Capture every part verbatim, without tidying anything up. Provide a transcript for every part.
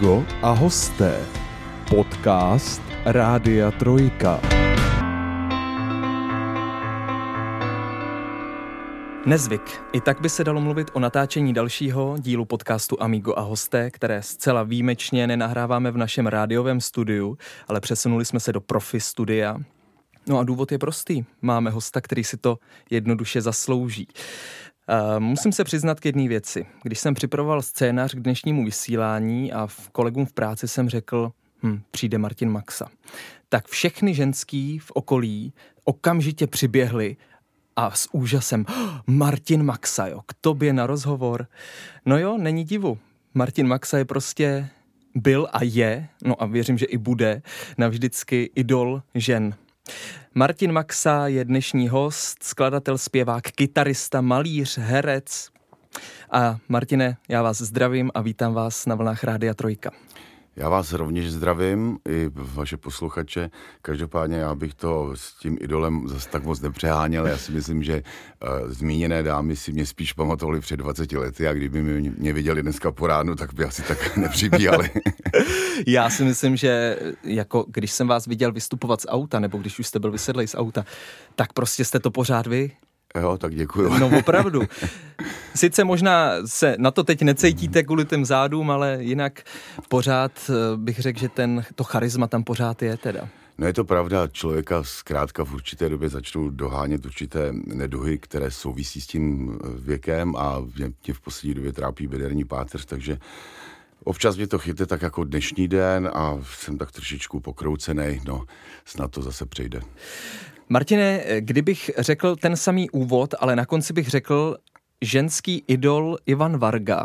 Amigo a hosté. Podcast Rádia Trojka. Nezvyk. I tak by se dalo mluvit o natáčení dalšího dílu podcastu Amigo a hosté, které zcela výjimečně nenahráváme v našem rádiovém studiu, ale přesunuli jsme se do profi studia. No a důvod je prostý. Máme hosta, který si to jednoduše zaslouží. Uh, musím se přiznat k jedné věci. Když jsem připravoval scénář k dnešnímu vysílání a v kolegům v práci jsem řekl, hm, přijde Martin Maxa, tak všechny ženský v okolí okamžitě přiběhly a s úžasem, oh, Martin Maxa, jo, k tobě na rozhovor. No jo, není divu. Martin Maxa je prostě byl a je, no a věřím, že i bude, navždycky idol žen. Martin Maxa je dnešní host, skladatel, zpěvák, kytarista, malíř, herec. A Martine, já vás zdravím a vítám vás na vlnách Rádia Trojka. Já vás rovněž zdravím, i vaše posluchače. Každopádně já bych to s tím idolem zase tak moc nepřeháněl. Já si myslím, že uh, zmíněné dámy si mě spíš pamatovali před dvaceti lety a kdyby mě, mě viděli dneska po ránu, tak by asi tak nepřibíhali. Já si myslím, že jako když jsem vás viděl vystupovat z auta, nebo když už jste byl vysedlej z auta, tak prostě jste to pořád vy. Jo, tak děkuju. No opravdu. Sice možná se na to teď necítíte kvůli těm zádům, ale jinak pořád bych řekl, že ten, to charisma tam pořád je teda. No je to pravda, člověka zkrátka v určité době začnou dohánět určité neduhy, které souvisí s tím věkem a mě v poslední době trápí bederní páteř, takže občas mě to chytne tak jako dnešní den a jsem tak trošičku pokroucenej, no snad to zase přejde. Martine, kdybych řekl ten samý úvod, ale na konci bych řekl ženský idol Ivan Varga.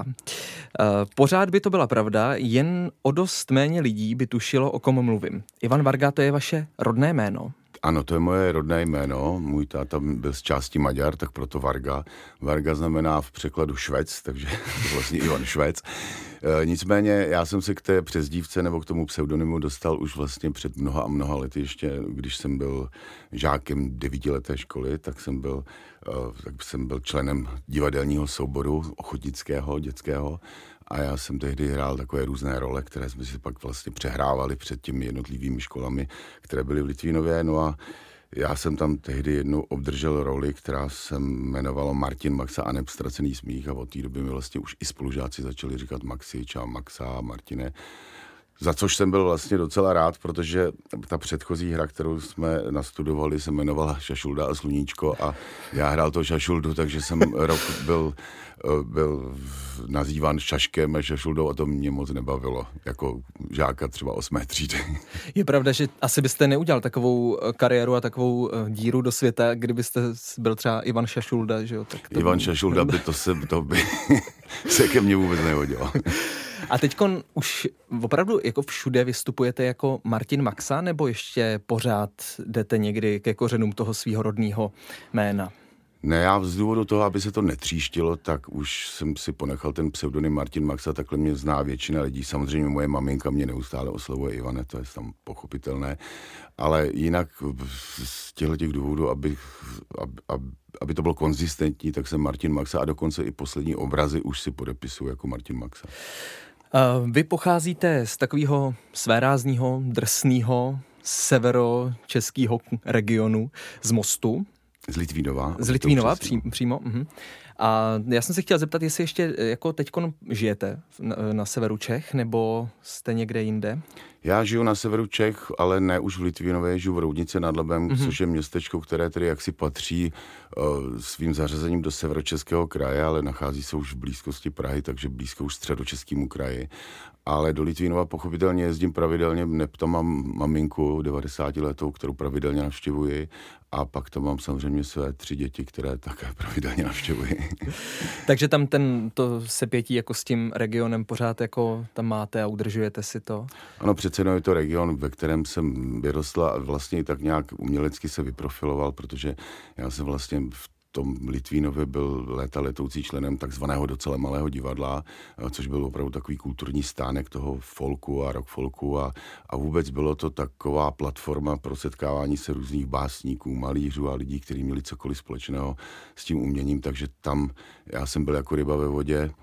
Pořád by to byla pravda, jen o dost méně lidí by tušilo, o kom mluvím. Ivan Varga, to je vaše rodné jméno? Ano, to je moje rodné jméno. Můj táta byl z části Maďar, tak proto Varga. Varga znamená v překladu Švec, takže to vlastně Ivan Švec. E, nicméně já jsem se k té přezdívce nebo k tomu pseudonymu dostal už vlastně před mnoha a mnoha lety, ještě když jsem byl žákem devítileté školy, tak jsem byl, e, tak jsem byl členem divadelního souboru ochotnického, dětského. A já jsem tehdy hrál takové různé role, které jsme si pak vlastně přehrávali před těmi jednotlivými školami, které byly v Litvínově. No a já jsem tam tehdy jednou obdržel roli, která se jmenovala Martin Maxa a neb ztracený smích a od té doby mi vlastně už i spolužáci začali říkat Maxič a Maxa, Martine. Za což jsem byl vlastně docela rád, protože ta předchozí hra, kterou jsme nastudovali, se jmenovala Šašulda a Sluníčko a já hrál to Šašuldu, takže jsem rok byl, byl nazýván Šaškem a Šašuldou a to mě moc nebavilo, jako žáka třeba osmé třídy. Je pravda, že asi byste neudělal takovou kariéru a takovou díru do světa, kdybyste byl třeba Ivan Šašulda, že jo? Tak to Ivan by... Šašulda by to se, to by se ke mně vůbec nehodilo. A teďkon už opravdu jako všude vystupujete jako Martin Maxa, nebo ještě pořád jdete někdy ke kořenům toho svého rodného jména? Ne, já z důvodu toho, aby se to netříštilo, tak už jsem si ponechal ten pseudonym Martin Maxa, takhle mě zná většina lidí. Samozřejmě moje maminka mě neustále oslovuje Ivane, to je tam pochopitelné, ale jinak z těchto těch důvodů, aby, aby, aby to bylo konzistentní, tak jsem Martin Maxa a dokonce i poslední obrazy už si podepisuju jako Martin Maxa. Vy pocházíte z takového svérázního, drsného, severočeského regionu, z Mostu. Z Litvínova. Z Litvínova pří, přímo. Uh-huh. A já jsem se chtěl zeptat, jestli ještě jako teďkon žijete na, na severu Čech, nebo jste někde jinde? Já žiju na severu Čech, ale ne už v Litvínově, žiju v Roudnici nad Labem, mm-hmm. což je městečko, které tedy jaksi patří uh, svým zařazením do severočeského kraje, ale nachází se už v blízkosti Prahy, takže blízko už středočeskému kraji. Ale do Litvínova pochopitelně jezdím pravidelně, neb tam mám maminku devadesátiletou, kterou pravidelně navštěvuji a pak tam mám samozřejmě své tři děti, které také pravidelně navštěvuji. Takže tam ten, to sepětí jako s tím regionem pořád jako tam máte a udržujete si to? Ano, přece no je to region, ve kterém jsem vyrostla a vlastně tak nějak umělecky se vyprofiloval, protože já jsem vlastně v tom Litvínově byl léta letoucí členem takzvaného docela malého divadla, což byl opravdu takový kulturní stánek toho folku a rock folku a, a vůbec bylo to taková platforma pro setkávání se různých básníků, malířů a lidí, kteří měli cokoliv společného s tím uměním, takže tam já jsem byl jako ryba ve vodě.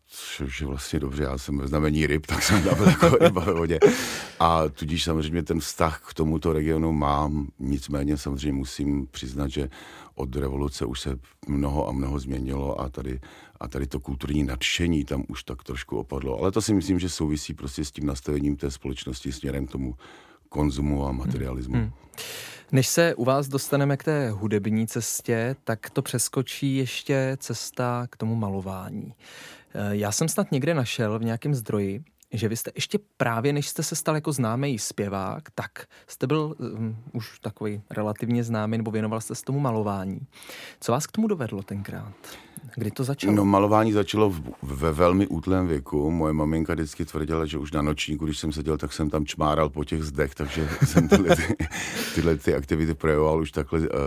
což je vlastně dobře, já jsem ve znamení ryb, tak jsem tam byl jako ryba ve vodě. A tudíž samozřejmě ten vztah k tomuto regionu mám, nicméně samozřejmě musím přiznat, že od revoluce už se mnoho a mnoho změnilo a tady, a tady to kulturní nadšení tam už tak trošku opadlo. Ale to si myslím, že souvisí prostě s tím nastavením té společnosti směrem k tomu konzumu a materialismu. Hmm. Než se u vás dostaneme k té hudební cestě, tak to přeskočí ještě cesta k tomu malování. Já jsem snad někde našel v nějakém zdroji, že vy jste ještě právě, než jste se stal jako známý zpěvák, tak jste byl um, už takový relativně známý, nebo věnoval jste se tomu malování. Co vás k tomu dovedlo tenkrát? Kdy to začalo? No, malování začalo v, ve velmi útlém věku. Moje maminka vždycky tvrdila, že už na nočníku, když jsem seděl, tak jsem tam čmáral po těch zdech, takže jsem tyhle, ty, tyhle ty aktivity projevoval už takhle uh,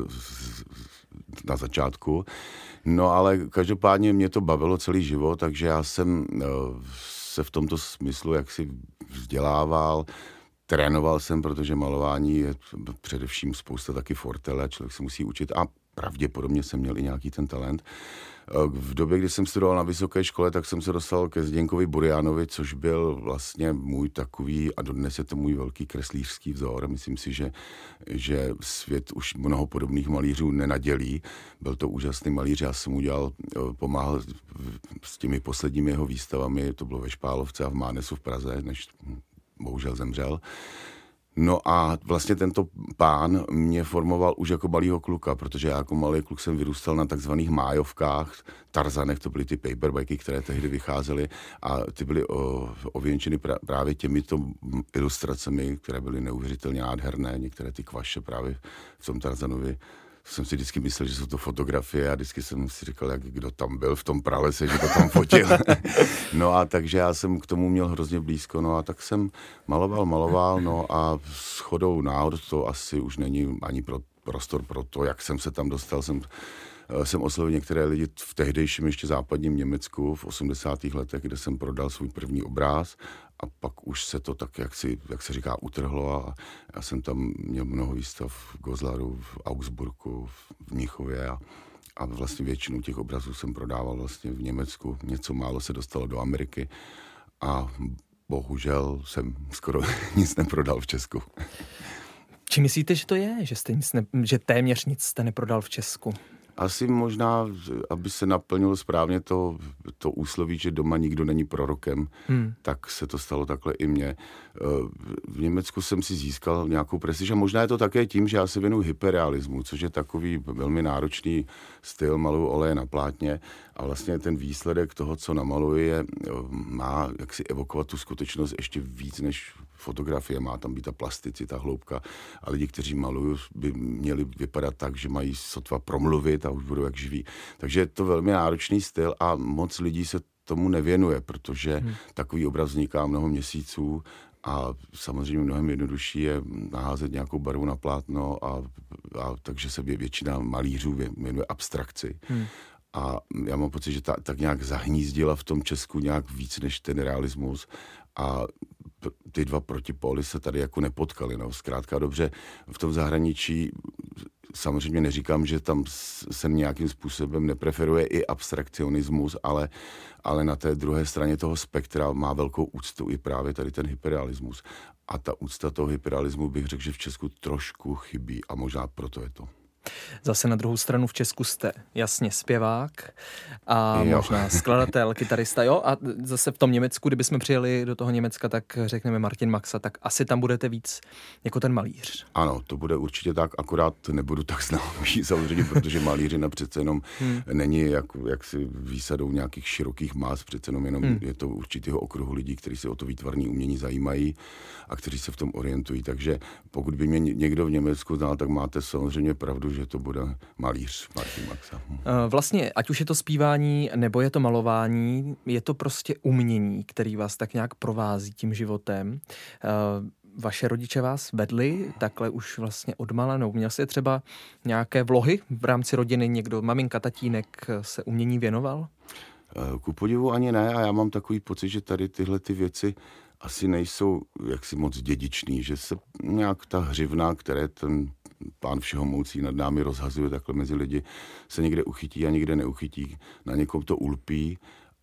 na začátku. No ale každopádně mě to bavilo celý život, takže já jsem uh, se v tomto smyslu jaksi vzdělával, trénoval jsem, protože malování je především spousta taky fortele a člověk se musí učit a pravděpodobně jsem měl i nějaký ten talent. V době, kdy jsem studoval na vysoké škole, tak jsem se dostal ke Zdeňkovi Burianovi, což byl vlastně můj takový, a dodnes je to můj velký kreslířský vzor. Myslím si, že, že svět už mnoho podobných malířů nenadělí. Byl to úžasný malíř, já jsem mu dělal, pomáhal s těmi posledními jeho výstavami, to bylo ve Špálovce a v Mánesu v Praze, než bohužel zemřel. No a vlastně tento pán mě formoval už jako malýho kluka, protože já jako malý kluk jsem vyrůstal na takzvaných májovkách, tarzanech, to byly ty paperbacky, které tehdy vycházely a ty byly o, ověnčeny pra, právě těmito ilustracemi, které byly neuvěřitelně nádherné, některé ty kvaše právě v tom Tarzanovi. Jsem si vždycky myslel, že jsou to fotografie a vždycky jsem si říkal, jak kdo tam byl v tom pralese, že to tam fotil. No a takže já jsem k tomu měl hrozně blízko, no a tak jsem maloval, maloval, no a shodou náhod to asi už není ani pro, prostor pro to, jak jsem se tam dostal, jsem jsem oslovil některé lidi v tehdejším ještě západním Německu v osmdesátých letech, kde jsem prodal svůj první obráz a pak už se to tak, jak, si, jak se říká, utrhlo a já jsem tam měl mnoho výstav v Gozlaru, v Augsburgu, v Mnichově a, a vlastně většinu těch obrazů jsem prodával vlastně v Německu. Něco málo se dostalo do Ameriky a bohužel jsem skoro nic neprodal v Česku. Či myslíte, že to je, že, jste nic ne, že téměř nic jste neprodal v Česku? Asi možná, aby se naplnilo správně to, to úsloví, že doma nikdo není prorokem, hmm. tak se to stalo takhle i mně. V Německu jsem si získal nějakou prestiž a možná je to také tím, že já se věnuju hyperrealismu, což je takový velmi náročný styl, maluju oleje na plátně a vlastně ten výsledek toho, co namaluji, je, má jaksi evokovat tu skutečnost ještě víc než fotografie, má tam být ta plasticita, hloubka a lidi, kteří malují, by měli vypadat tak, že mají sotva promluvit a už budou jak živí. Takže je to velmi náročný styl a moc lidí se tomu nevěnuje, protože hmm. takový obraz vzniká mnoho měsíců a samozřejmě mnohem jednodušší je naházet nějakou barvu na plátno a, a takže se většina malířů věnuje abstrakci. Hmm. A já mám pocit, že ta, tak nějak zahnízdila v tom Česku nějak víc než ten realismus a ty dva protipóly se tady jako nepotkaly. No. Zkrátka dobře, v tom zahraničí samozřejmě neříkám, že tam se nějakým způsobem nepreferuje i abstrakcionismus, ale, ale na té druhé straně toho spektra má velkou úctu i právě tady ten hyperrealismus. A ta úcta toho hyperrealismu bych řekl, že v Česku trošku chybí a možná proto je to. Zase na druhou stranu v Česku jste jasně zpěvák a jo. možná skladatel, kytarista, jo? A zase v tom Německu, kdybychom přijeli do toho Německa, tak řekneme Martin Maxa, tak asi tam budete víc jako ten malíř. Ano, to bude určitě tak, akorát nebudu tak známý samozřejmě, protože malířina přece jenom hmm. není jak, jak si výsadou nějakých širokých más, přece jenom, jenom hmm. je to určitého okruhu lidí, kteří se o to výtvarné umění zajímají a kteří se v tom orientují. Takže pokud by mě někdo v Německu znal, tak máte samozřejmě pravdu, že to bude malíř Martin Maxa. Vlastně, ať už je to zpívání, nebo je to malování, je to prostě umění, který vás tak nějak provází tím životem. Vaše rodiče vás vedli takhle už vlastně odmala, no, měl jste třeba nějaké vlohy v rámci rodiny, někdo, maminka, tatínek se umění věnoval? Ku podivu ani ne a já mám takový pocit, že tady tyhle ty věci asi nejsou jaksi moc dědičný, že se nějak ta hřivna, které ten pán všehomoucí nad námi rozhazuje takhle mezi lidi, se někde uchytí a někde neuchytí. Na někom to ulpí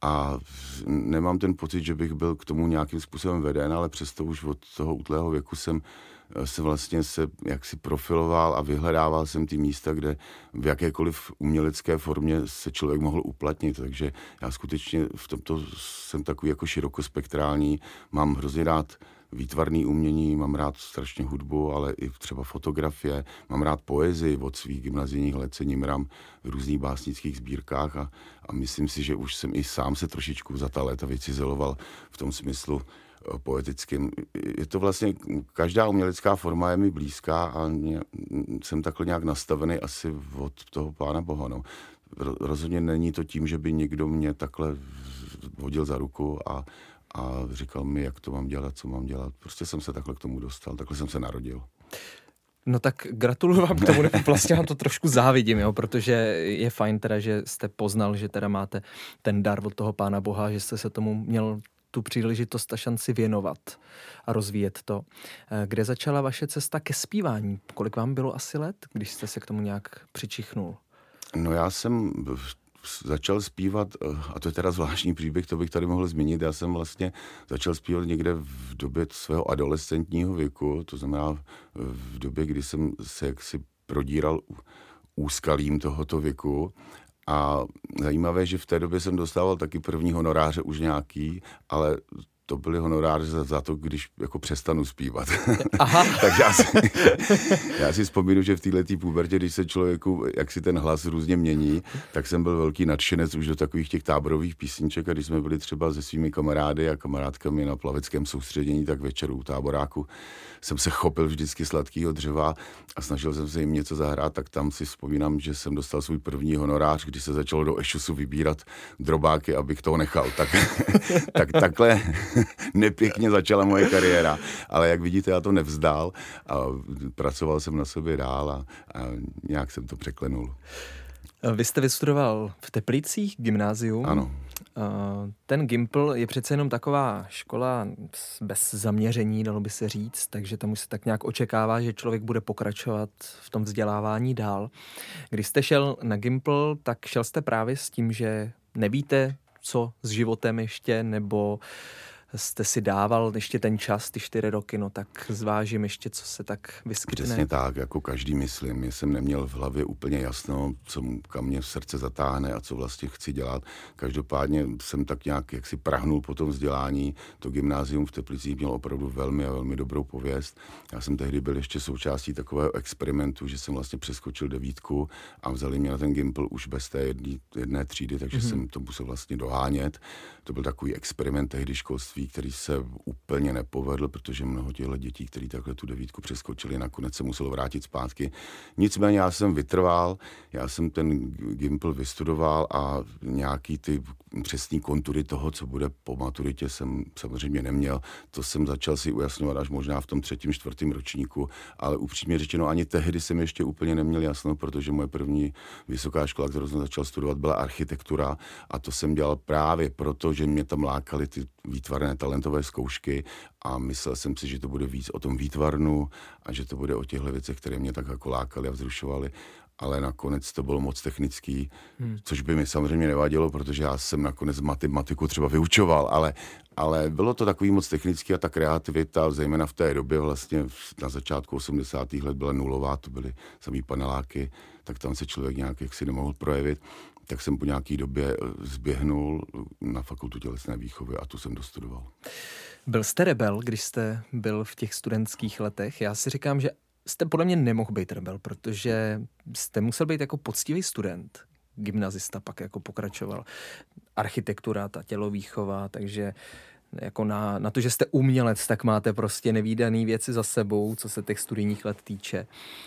a nemám ten pocit, že bych byl k tomu nějakým způsobem veden, ale přesto už od toho útlého věku jsem se vlastně se jaksi profiloval a vyhledával jsem ty místa, kde v jakékoliv umělecké formě se člověk mohl uplatnit, takže já skutečně v tomto jsem takový jako širokospektrální, mám hrozně rád výtvarný umění, mám rád strašně hudbu, ale i třeba fotografie, mám rád poezii, od svých gymnazijních let se nímrám v různých básnických sbírkách a, a myslím si, že už jsem i sám se trošičku za ta léta vycizeloval v tom smyslu poetickým. Je to vlastně, každá umělecká forma je mi blízká a mě, jsem takhle nějak nastavený asi od toho Pána Boha. No. Rozhodně není to tím, že by někdo mě takhle vodil za ruku a, a říkal mi, jak to mám dělat, co mám dělat. Prostě jsem se takhle k tomu dostal, takhle jsem se narodil. No tak gratuluju vám k tomu, nebo vlastně vám to trošku závidím, jo, protože je fajn teda, že jste poznal, že teda máte ten dar od toho Pána Boha, že jste se tomu měl tu příležitost a šanci věnovat a rozvíjet to. Kde začala vaše cesta ke zpívání? Kolik vám bylo asi let, když jste se k tomu nějak přičichnul? No já jsem začal zpívat, a to je teda zvláštní příběh, to bych tady mohl zmínit, já jsem vlastně začal zpívat někde v době svého adolescentního věku, to znamená v době, kdy jsem se jaksi prodíral úskalím tohoto věku. A zajímavé, že v té době jsem dostával taky první honoráře už nějaký, ale to byly honoráře za, za to, když jako přestanu zpívat. Aha. Takže já si, já si vzpomínu, že v této pubertě, když se člověku, jak si ten hlas různě mění, tak jsem byl velký nadšenec už do takových těch táborových písniček a když jsme byli třeba se svými kamarády a kamarádkami na plaveckém soustředění, tak večer u táboráku jsem se chopil vždycky sladkýho dřeva a snažil jsem se jim něco zahrát, tak tam si vzpomínám, že jsem dostal svůj první honorář, když se začalo do ešusu vybírat drobáky, abych toho nechal. Tak, tak takhle nepěkně začala moje kariéra, ale jak vidíte, já to nevzdál a pracoval jsem na sobě dál a, a nějak jsem to překlenul. Vy jste vystudoval v Teplicích gymnázium. Ano. Ten Gimpl je přece jenom taková škola bez zaměření, dalo by se říct, takže tam už se tak nějak očekává, že člověk bude pokračovat v tom vzdělávání dál. Když jste šel na Gimpl, tak šel jste právě s tím, že nevíte, co s životem ještě, nebo jste si dával ještě ten čas, ty čtyři roky, no tak zvážím ještě, co se tak vyskytne. Přesně tak, jako každý myslím. Já jsem neměl v hlavě úplně jasno, co kam mě v srdce zatáhne a co vlastně chci dělat. Každopádně jsem tak nějak jaksi prahnul po tom vzdělání. To gymnázium v Teplicích mělo opravdu velmi a velmi dobrou pověst. Já jsem tehdy byl ještě součástí takového experimentu, že jsem vlastně přeskočil devítku a vzali mě na ten Gimpl už bez té jedné, jedné třídy, takže mm-hmm. jsem to musel vlastně dohánět. To byl takový experiment tehdy školství, který se úplně nepovedl, protože mnoho těchto dětí, kteří takhle tu devítku přeskočili, nakonec se muselo vrátit zpátky. Nicméně já jsem vytrval, já jsem ten Gimpl vystudoval a nějaký ty přesný kontury toho, co bude po maturitě, jsem samozřejmě neměl. To jsem začal si ujasňovat až možná v tom třetím, čtvrtém ročníku, ale upřímně řečeno ani tehdy jsem ještě úplně neměl jasno, protože moje první vysoká škola, kterou jsem začal studovat, byla architektura a to jsem dělal právě proto, že mě tam lákaly ty výtvarné talentové zkoušky a myslel jsem si, že to bude víc o tom výtvarnu a že to bude o těchto věcech, které mě tak jako lákaly a vzrušovaly, ale nakonec to bylo moc technický, hmm. což by mi samozřejmě nevadilo, protože já jsem nakonec matematiku třeba vyučoval, ale, ale bylo to takový moc technický a ta kreativita, zejména v té době vlastně na začátku osmdesátých let byla nulová, to byly samý paneláky, tak tam se člověk nějak jaksi nemohl projevit. Tak jsem po nějaký době zběhnul na fakultu tělesné výchovy a tu jsem dostudoval. Byl jste rebel, když jste byl v těch studentských letech? Já si říkám, že jste podle mě nemohl být rebel, protože jste musel být jako poctivý student, gymnazista, pak jako pokračoval. Architektura, ta tělovýchova, takže jako na, na to, že jste umělec, tak máte prostě nevídaný věci za sebou, co se těch studijních let týče.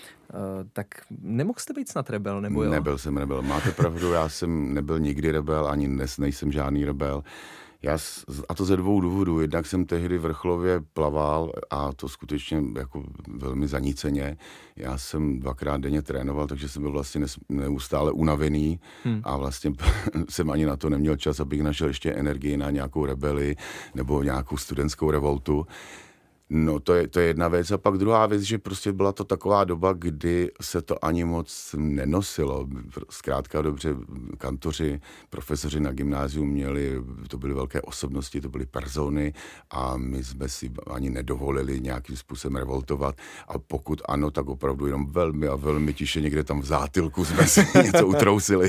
Uh, tak nemohl jste být snad rebel, nebo jo? Nebyl jsem rebel, máte pravdu, já jsem nebyl nikdy rebel, ani dnes nejsem žádný rebel. Já, a to ze dvou důvodů. Jednak jsem tehdy vrcholově plaval a to skutečně jako velmi zaníceně. Já jsem dvakrát denně trénoval, takže jsem byl vlastně neustále unavený hmm. a vlastně jsem ani na to neměl čas, abych našel ještě energii na nějakou rebeli nebo nějakou studentskou revoltu. No to je, to je jedna věc a pak druhá věc, že prostě byla to taková doba, kdy se to ani moc nenosilo. Zkrátka dobře, kantoři, profesoři na gymnáziu měli, to byly velké osobnosti, to byly persony a my jsme si ani nedovolili nějakým způsobem revoltovat a pokud ano, tak opravdu jenom velmi a velmi tiše někde tam v zátylku jsme si něco utrousili.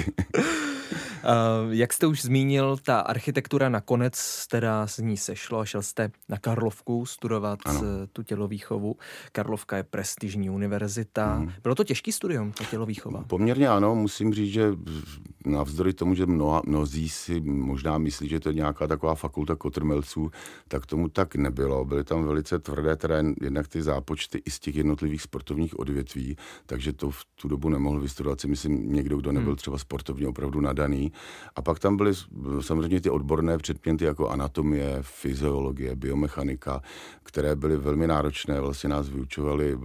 Uh, jak jste už zmínil, ta architektura nakonec teda z ní sešlo a šel jste na Karlovku studovat ano. tu tělovýchovu. Karlovka je prestižní univerzita. Hmm. Bylo to těžký studium, ta tělovýchova? Poměrně ano, musím říct, že navzdory tomu, že mnoha, mnozí si možná myslí, že to je nějaká taková fakulta kotrmelců, tak tomu tak nebylo. Byly tam velice tvrdé teda jednak ty zápočty i z těch jednotlivých sportovních odvětví, takže to v tu dobu nemohl vystudovat si myslím někdo, kdo nebyl třeba sportovně opravdu nadaný. A pak tam byly samozřejmě ty odborné předměty jako anatomie, fyziologie, biomechanika, které byly velmi náročné. Vlastně nás vyučovali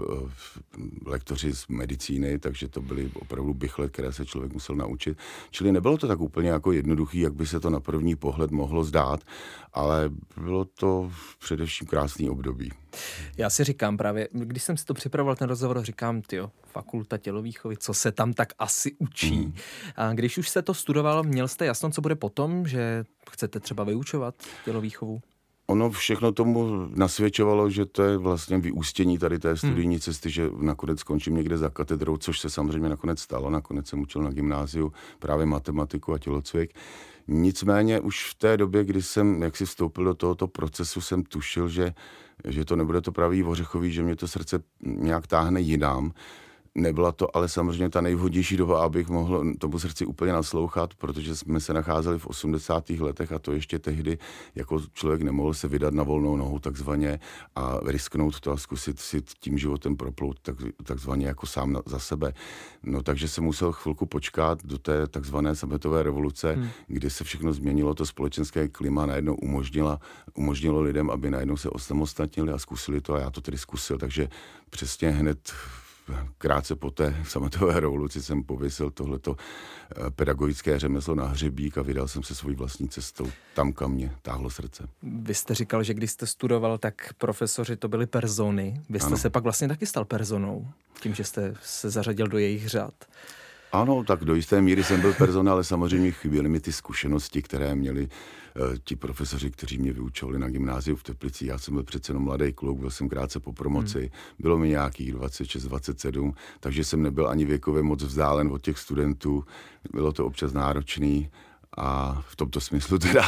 lektoři z medicíny, takže to byly opravdu bychle, které se člověk musel naučit. Čili nebylo to tak úplně jako jednoduchý, jak by se to na první pohled mohlo zdát, ale bylo to především krásný období. Já si říkám právě, když jsem si to připravoval ten rozhovor, říkám, tyjo, fakulta tělovýchovy, co se tam tak asi učí. Hmm. A když už jste to studoval, měl jste jasno, co bude potom, že chcete třeba vyučovat tělovýchovu? Ono všechno tomu nasvědčovalo, že to je vlastně vyústění tady té studijní cesty, že nakonec skončím někde za katedrou, což se samozřejmě nakonec stalo. Nakonec jsem učil na gymnáziu právě matematiku a tělocvik. Nicméně už v té době, kdy jsem jaksi vstoupil do tohoto procesu, jsem tušil, že, že to nebude to pravý ořechový, že mě to srdce nějak táhne jinam. Nebyla to ale samozřejmě ta nejvhodnější doba, abych mohl tomu srdci úplně naslouchat, protože jsme se nacházeli v osmdesátých letech a to ještě tehdy jako člověk nemohl se vydat na volnou nohu takzvaně a risknout to a zkusit si tím životem proplout tak, takzvaně jako sám na, za sebe. No takže jsem musel chvilku počkat do té takzvané sametové revoluce, hmm. kdy se všechno změnilo, to společenské klima najednou umožnila, umožnilo lidem, aby najednou se osamostatnili a zkusili to a já to tedy zkusil, takže přesně hned krátce po té sametové revoluci jsem pověsil tohleto pedagogické řemeslo na hřebík a vydal jsem se svojí vlastní cestou tam, kam mě táhlo srdce. Vy jste říkal, že když jste studoval, tak profesoři to byli persony. Vy jste ano. se pak vlastně taky stal personou, tím, že jste se zařadil do jejich řad. Ano, tak do jisté míry jsem byl persona, ale samozřejmě chyběly mi ty zkušenosti, které měli uh, ti profesoři, kteří mě vyučovali na gymnáziu v Teplicích. Já jsem byl přece jenom mladý kluk, byl jsem krátce po promoci, hmm. bylo mi nějakých dvacet šest dvacet sedm, takže jsem nebyl ani věkově moc vzdálen od těch studentů. Bylo to občas náročný a v tomto smyslu teda.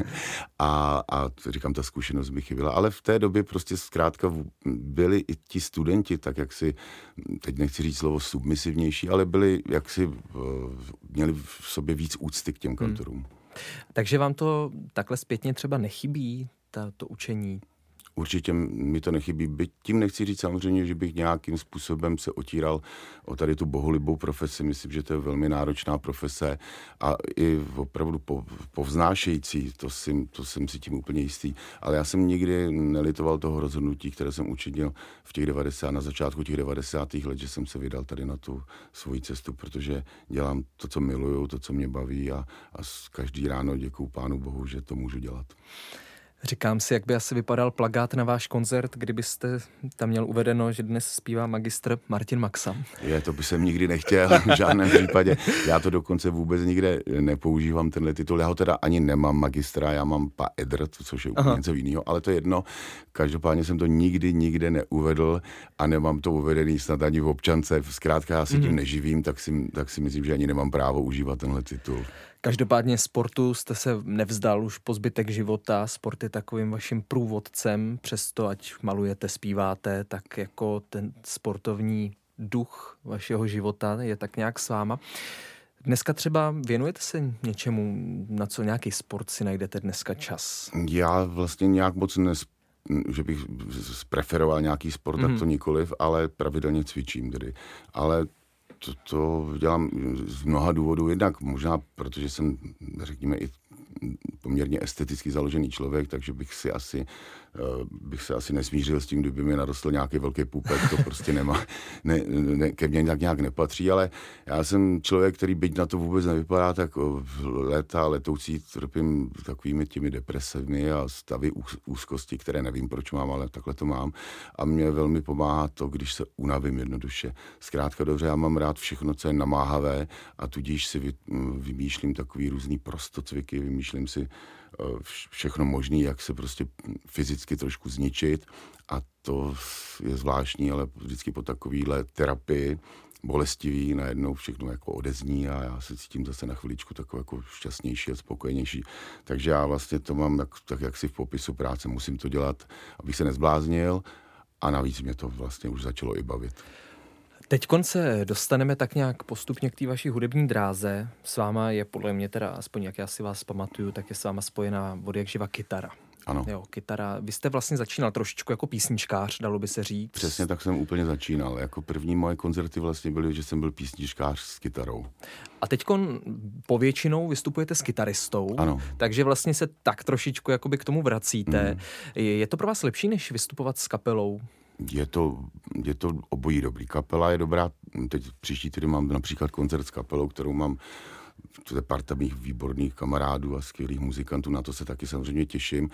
a, a říkám, ta zkušenost mi chyběla. Ale v té době prostě zkrátka byli i ti studenti, tak jak si, teď nechci říct slovo submisivnější, ale byli, jak si měli v sobě víc úcty k těm kantorům. Hmm. Takže vám to takhle zpětně třeba nechybí, ta, to učení? Určitě mi to nechybí. Byť tím nechci říct samozřejmě, že bych nějakým způsobem se otíral o tady tu bohulibou profesi. Myslím, že to je velmi náročná profese a i opravdu povznášející. To, si, to jsem si tím úplně jistý. Ale já jsem nikdy nelitoval toho rozhodnutí, které jsem učinil v těch devadesátých, na začátku těch devadesátých let, že jsem se vydal tady na tu svoji cestu, protože dělám to, co miluju, to, co mě baví a, a každý ráno děkuju Pánu Bohu, že to můžu dělat. Říkám si, jak by asi vypadal plakát na váš koncert, kdybyste tam měl uvedeno, že dnes zpívá magistr Martin Maxa. Je, to by jsem nikdy nechtěl, v žádném případě. Já to dokonce vůbec nikde nepoužívám, tenhle titul. Já ho teda ani nemám magistra, já mám paedr, což je úplně něco jiného, ale to je jedno. Každopádně jsem to nikdy, nikde neuvedl a nemám to uvedený snad ani v občance. Zkrátka já se tím neživím, tak si, tak si myslím, že ani nemám právo užívat tenhle titul. Každopádně sportu jste se nevzdal už po zbytek života. Sport je takovým vaším průvodcem, přesto ať malujete, zpíváte, tak jako ten sportovní duch vašeho života je tak nějak s váma. Dneska třeba věnujete se něčemu, na co nějaký sport si najdete dneska čas? Já vlastně nějak moc nes že bych preferoval nějaký sport, mm. tak to nikoliv, ale pravidelně cvičím tedy. Ale To, to dělám z mnoha důvodů, jednak možná, protože jsem, řekněme, i poměrně esteticky založený člověk, takže bych si asi, bych se asi nesmířil s tím, kdyby mi narostl nějaký velký půpek, to prostě nemá, ne, ne, ke mně tak nějak nepatří, ale já jsem člověk, který byť na to vůbec nevypadá, tak léta letoucí trpím takovými těmi depresemi a stavy úzkosti, které nevím, proč mám, ale takhle to mám a mě velmi pomáhá to, když se unavím jednoduše. Zkrátka dobře, já mám rád všechno, co je namáhavé a tudíž si vy, vymýšlím takový různý prostocviky, vymýšlím si všechno možné, jak se prostě fyzicky trošku zničit a to je zvláštní, ale vždycky po takovýhle terapii bolestivý, najednou všechno jako odezní a já se cítím zase na chviličku takový jako šťastnější a spokojenější. Takže já vlastně to mám tak, tak jak si v popisu práce, musím to dělat, abych se nezbláznil a navíc mě to vlastně už začalo i bavit. Teď se dostaneme tak nějak postupně k té vaší hudební dráze. S váma je podle mě teda, aspoň jak já si vás pamatuju, tak je s váma spojená od jak živa kytara. Ano. Jo, kytara. Vy jste vlastně začínal trošičku jako písničkář, dalo by se říct. Přesně tak jsem úplně začínal. Jako první moje koncerty vlastně byly, že jsem byl písničkář s kytarou. A teďkon povětšinou vystupujete s kytaristou. Ano. Takže vlastně se tak trošičku jakoby k tomu vracíte. Mm. Je to pro vás lepší, než vystupovat s kapelou? Je to, je to obojí dobrý. Kapela je dobrá. Teď příští týden mám například koncert s kapelou, kterou mám. To je parta mých výborných kamarádů a skvělých muzikantů, na to se taky samozřejmě těším.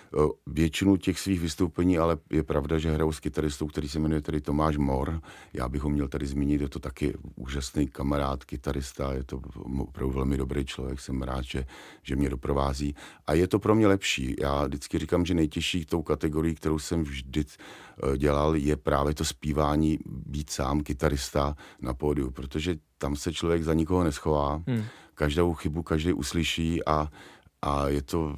Většinu těch svých vystoupení, ale je pravda, že hraju s kytaristou, který se jmenuje tady Tomáš Mor. Já bych ho měl tady zmínit, je to taky úžasný kamarád, kytarista, je to opravdu velmi dobrý člověk, jsem rád, že, že mě doprovází. A je to pro mě lepší. Já vždycky říkám, že nejtěžší tou kategorií, kterou jsem vždy dělal, je právě to zpívání, být sám kytarista na pódiu, protože tam se člověk za nikoho neschová, hmm. každou chybu každý uslyší a, a je to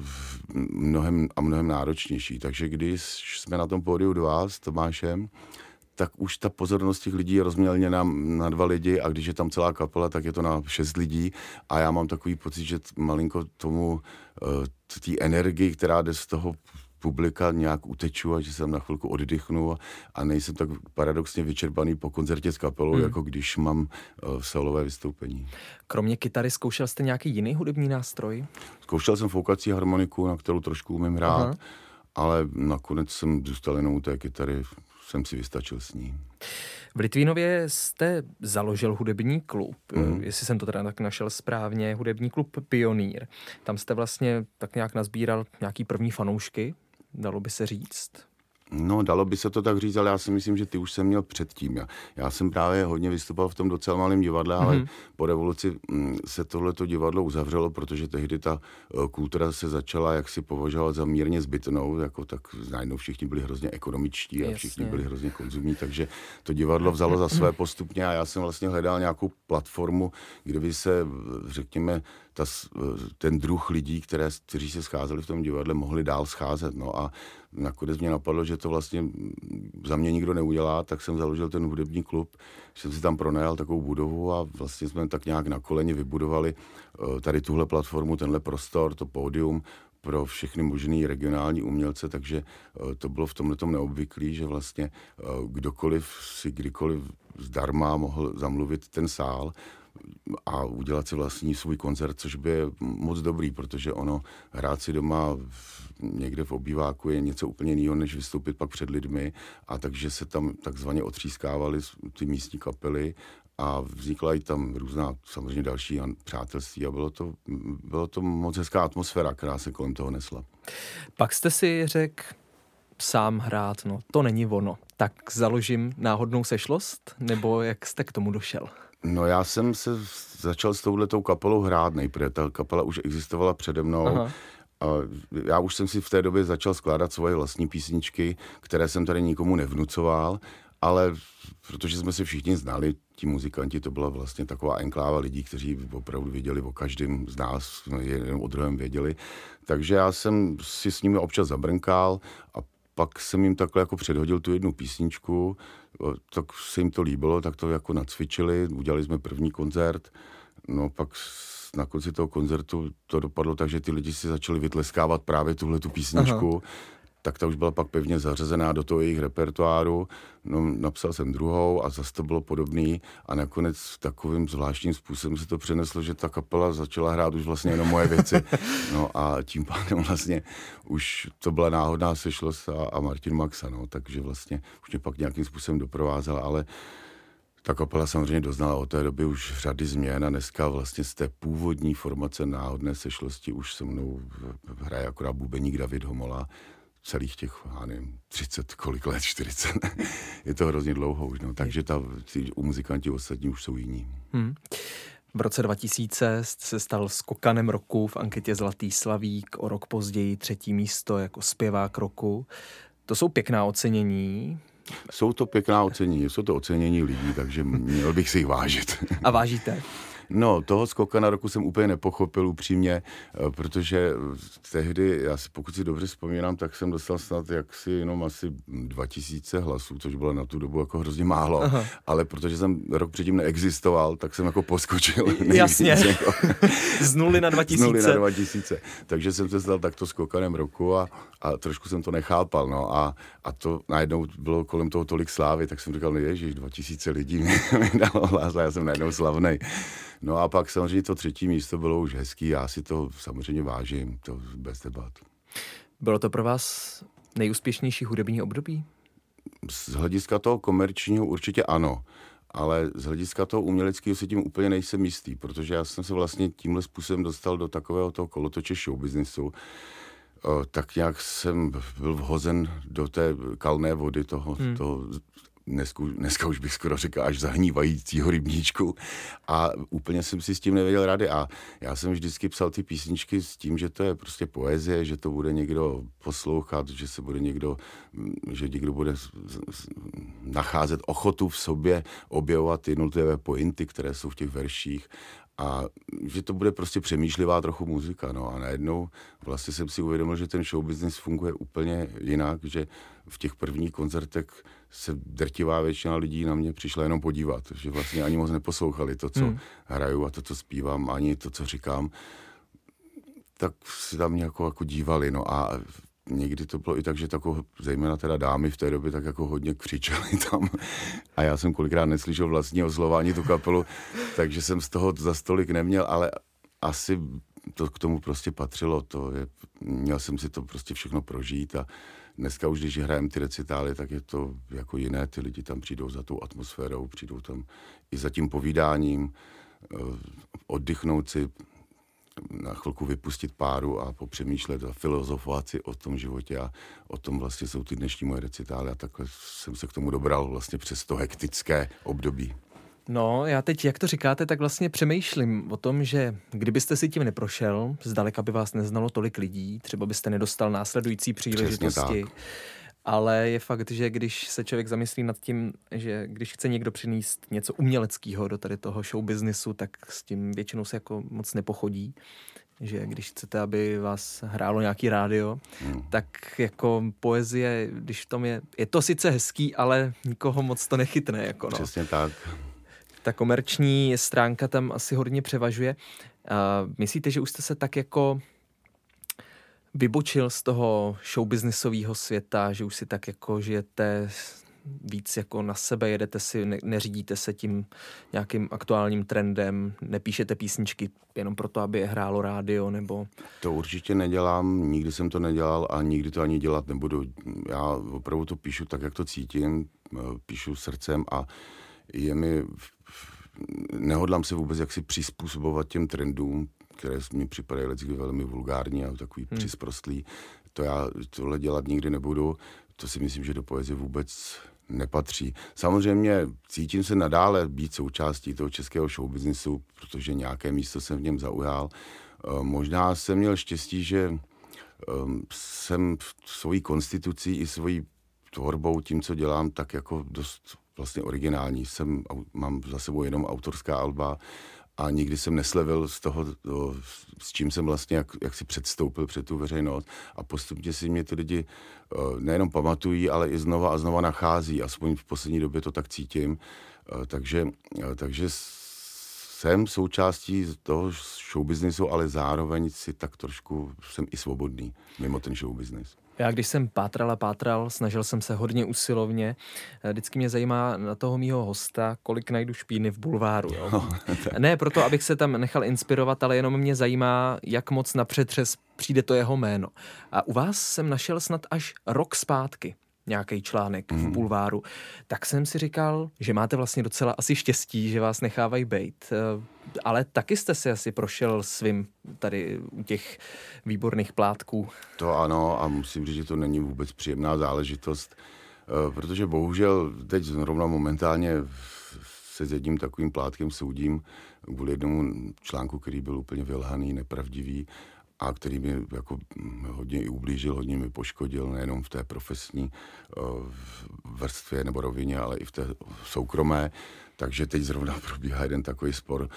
mnohem a mnohem náročnější. Takže když jsme na tom pódiu dva s Tomášem, tak už ta pozornost těch lidí je rozmělněna na dva lidi a když je tam celá kapela, tak je to na šest lidí a já mám takový pocit, že malinko tomu té energii, která jde z toho publika nějak uteču a že jsem na chvilku oddychnu a, a nejsem tak paradoxně vyčerpaný po koncertě s kapelou, hmm. jako když mám uh, solové vystoupení. Kromě kytary zkoušel jste nějaký jiný hudební nástroj? Zkoušel jsem foukací harmoniku, na kterou trošku umím hrát, Aha. ale nakonec jsem zůstal jenom u té kytary, jsem si vystačil s ní. V Litvínově jste založil hudební klub, mm. jestli jsem to teda tak našel správně, hudební klub Pionýr. Tam jste vlastně tak nějak nazbíral nějaký první fanoušky, dalo by se říct. No, dalo by se to tak říct, ale já si myslím, že ty už jsem měl předtím. Já, já jsem právě hodně vystupoval v tom docela malém divadle, mm-hmm. ale po revoluci mm, se tohleto divadlo uzavřelo, protože tehdy ta uh, kultura se začala jaksi považovat za mírně zbytnou, jako tak najednou všichni byli hrozně ekonomičtí a všichni byli hrozně konzumní, takže to divadlo vzalo za své postupně a já jsem vlastně hledal nějakou platformu, kde by se, řekněme, ta, ten druh lidí, které, kteří se scházeli v tom divadle, mohli dál scházet. No a nakonec mě napadlo, že to vlastně za mě nikdo neudělá, tak jsem založil ten hudební klub, jsem si tam pronajal takovou budovu a vlastně jsme tak nějak na koleně vybudovali tady tuhle platformu, tenhle prostor, to pódium pro všechny možný regionální umělce, takže to bylo v tomhletom neobvyklý, že vlastně kdokoliv si kdykoliv zdarma mohl zamluvit ten sál a udělat si vlastní svůj koncert, což by je moc dobrý, protože ono hrát si doma v, někde v obýváku je něco úplně jiného, než vystoupit pak před lidmi a takže se tam takzvaně otřískávaly ty místní kapely a vznikla i tam různá samozřejmě další přátelství a bylo to, bylo to moc hezká atmosféra, která se kolem toho nesla. Pak jste si řekl sám hrát, no to není ono. Tak založím náhodnou sešlost, nebo jak jste k tomu došel? No já jsem se začal s touhletou kapelou hrát nejprve. Ta kapela už existovala přede mnou. Aha. A já už jsem si v té době začal skládat svoje vlastní písničky, které jsem tady nikomu nevnucoval, ale protože jsme se všichni znali, ti muzikanti, to byla vlastně taková enkláva lidí, kteří opravdu věděli o každém z nás, jenom o druhém věděli. Takže já jsem si s nimi občas zabrnkal a pak jsem jim takhle jako předhodil tu jednu písničku, tak se jim to líbilo, tak to jako nacvičili, udělali jsme první koncert, no pak na konci toho koncertu to dopadlo tak, že ty lidi si začali vytleskávat právě tuhle tu písničku, Aha. tak ta už byla pak pevně zařazená do toho jejich repertoáru. No, napsal jsem druhou a zase to bylo podobný a nakonec takovým zvláštním způsobem se to přeneslo, že ta kapela začala hrát už vlastně jenom moje věci. No a tím pádem vlastně už to byla náhodná sešlost a, a Martin Maxa, no, takže vlastně už mě pak nějakým způsobem doprovázela, ale ta kapela samozřejmě doznala od té doby už řady změn a dneska vlastně z té původní formace náhodné sešlosti už se mnou hraje akorát bubeník David Homola, celých těch, já nevím, třicet, kolik let, čtyřicet. Je to hrozně dlouho už, no. Takže ta, ty muzikanti ostatní už jsou jiní. Hmm. V roce dva tisíce se stal skokanem roku v anketě Zlatý slavík, o rok později třetí místo jako zpěvák roku. To jsou pěkná ocenění. Jsou to pěkná ocenění, jsou to ocenění lidí, takže měl bych si jich vážit. A vážíte? No, toho skokana roku jsem úplně nepochopil upřímně, protože tehdy, já si, pokud si dobře vzpomínám, tak jsem dostal snad jaksi jenom asi dva tisíce hlasů, což bylo na tu dobu jako hrozně málo, aha. Ale protože jsem rok předtím neexistoval, tak jsem jako poskočil. Jasně, jako, z nuly na dva tisíce. Z nuly na dva tisíce, takže jsem se stal takto skokanem roku a, a trošku jsem to nechápal, no a, a to najednou bylo kolem toho tolik slávy, tak jsem říkal, no ježiš, dva tisíce lidí mi dalo hlas a já jsem najednou slavnej. No a pak samozřejmě to třetí místo bylo už hezký, já si to samozřejmě vážím, to bez debat. Bylo to pro vás nejúspěšnější hudební období? Z hlediska toho komerčního určitě ano, ale z hlediska toho uměleckého si tím úplně nejsem jistý, protože já jsem se vlastně tímhle způsobem dostal do takového toho kolotoče showbiznisu, tak nějak jsem byl vhozen do té kalné vody toho, hmm. toho Dneska, dneska už bych skoro řekl až zahnívajícího rybníčku a úplně jsem si s tím nevěděl rady a já jsem vždycky psal ty písničky s tím, že to je prostě poezie, že to bude někdo poslouchat, že se bude někdo, že někdo bude nacházet ochotu v sobě objevovat jednotlivé pointy, které jsou v těch verších a že to bude prostě přemýšlivá trochu muzika, no a najednou vlastně jsem si uvědomil, že ten showbiznis funguje úplně jinak, že v těch prvních koncertech se drtivá většina lidí na mě přišla jenom podívat, že vlastně ani moc neposlouchali to, co hmm. hraju a to, co zpívám, ani to, co říkám, tak si tam jako, jako dívali, no a někdy to bylo i tak, že tako, zejména teda dámy v té době tak jako hodně křičely tam a já jsem kolikrát neslyšel vlastního slova ani tu kapelu, takže jsem z toho za stolik neměl, ale asi to k tomu prostě patřilo, to je, měl jsem si to prostě všechno prožít a dneska už, když hrajeme ty recitály, tak je to jako jiné, ty lidi tam přijdou za tou atmosférou, přijdou tam i za tím povídáním, oddychnout si, na chvilku vypustit páru a popřemýšlet a filozofovat si o tom životě a o tom vlastně jsou ty dnešní moje recitály a takhle jsem se k tomu dobral vlastně přes to hektické období. No, já teď, jak to říkáte, tak vlastně přemýšlím o tom, že kdybyste si tím neprošel, zdaleka by vás neznalo tolik lidí, třeba byste nedostal následující příležitosti. Ale je fakt, že když se člověk zamyslí nad tím, že když chce někdo přinést něco uměleckého do tady toho showbiznisu, tak s tím většinou se jako moc nepochodí. Že když chcete, aby vás hrálo nějaký rádio, hmm. tak jako poezie, když v tom je, je to sice hezký, ale nikoho moc to nechytne. Jako no. Přesně tak. Ta komerční stránka tam asi hodně převažuje. Uh, myslíte, že už jste se tak jako vybočil z toho showbiznisového světa, že už si tak jako žijete víc jako na sebe, jedete si, ne, neřídíte se tím nějakým aktuálním trendem, nepíšete písničky jenom proto, aby je hrálo rádio, nebo... To určitě nedělám, nikdy jsem to nedělal a nikdy to ani dělat nebudu. Já opravdu to píšu tak, jak to cítím, píšu srdcem a je mi... Nehodlám se vůbec jaksi přizpůsobovat těm trendům, které mi připadají lecky velmi vulgární a takový hmm. přizprostlý. To já tohle dělat nikdy nebudu. To si myslím, že do poezie vůbec nepatří. Samozřejmě cítím se nadále být součástí toho českého showbiznisu, protože nějaké místo jsem v něm zaujal. Možná jsem měl štěstí, že jsem svojí konstitucí i svojí tvorbou, tím, co dělám, tak jako dost vlastně originální. Jsem, mám za sebou jenom autorská alba a nikdy jsem neslevil z toho, s čím jsem vlastně jak, jak si předstoupil před tu veřejnost a postupně si mě ty lidi nejenom pamatují, ale i znova a znova nachází. Aspoň v poslední době to tak cítím. Takže, takže jsem součástí toho showbiznisu, ale zároveň si tak trošku jsem i svobodný mimo ten showbiznis. Já když jsem pátral a pátral, snažil jsem se hodně usilovně. Vždycky mě zajímá na toho mýho hosta, kolik najdu špíny v bulváru. Jo? No, ne proto, abych se tam nechal inspirovat, ale jenom mě zajímá, jak moc na přetřes přijde to jeho jméno. A u vás jsem našel snad až rok zpátky nějaký článek mm. v bulváru. Tak jsem si říkal, že máte vlastně docela asi štěstí, že vás nechávají bejt. Ale taky jste si asi prošel svým tady u těch výborných plátků. To ano, a musím říct, že to není vůbec příjemná záležitost, protože bohužel teď zrovna momentálně se s jedním takovým plátkem soudím kvůli jednomu článku, který byl úplně vylhaný, nepravdivý a který mi jako hodně i ublížil, hodně mi poškodil, nejenom v té profesní vrstvě nebo rovině, ale i v té soukromé. Takže teď zrovna probíhá jeden takový spor.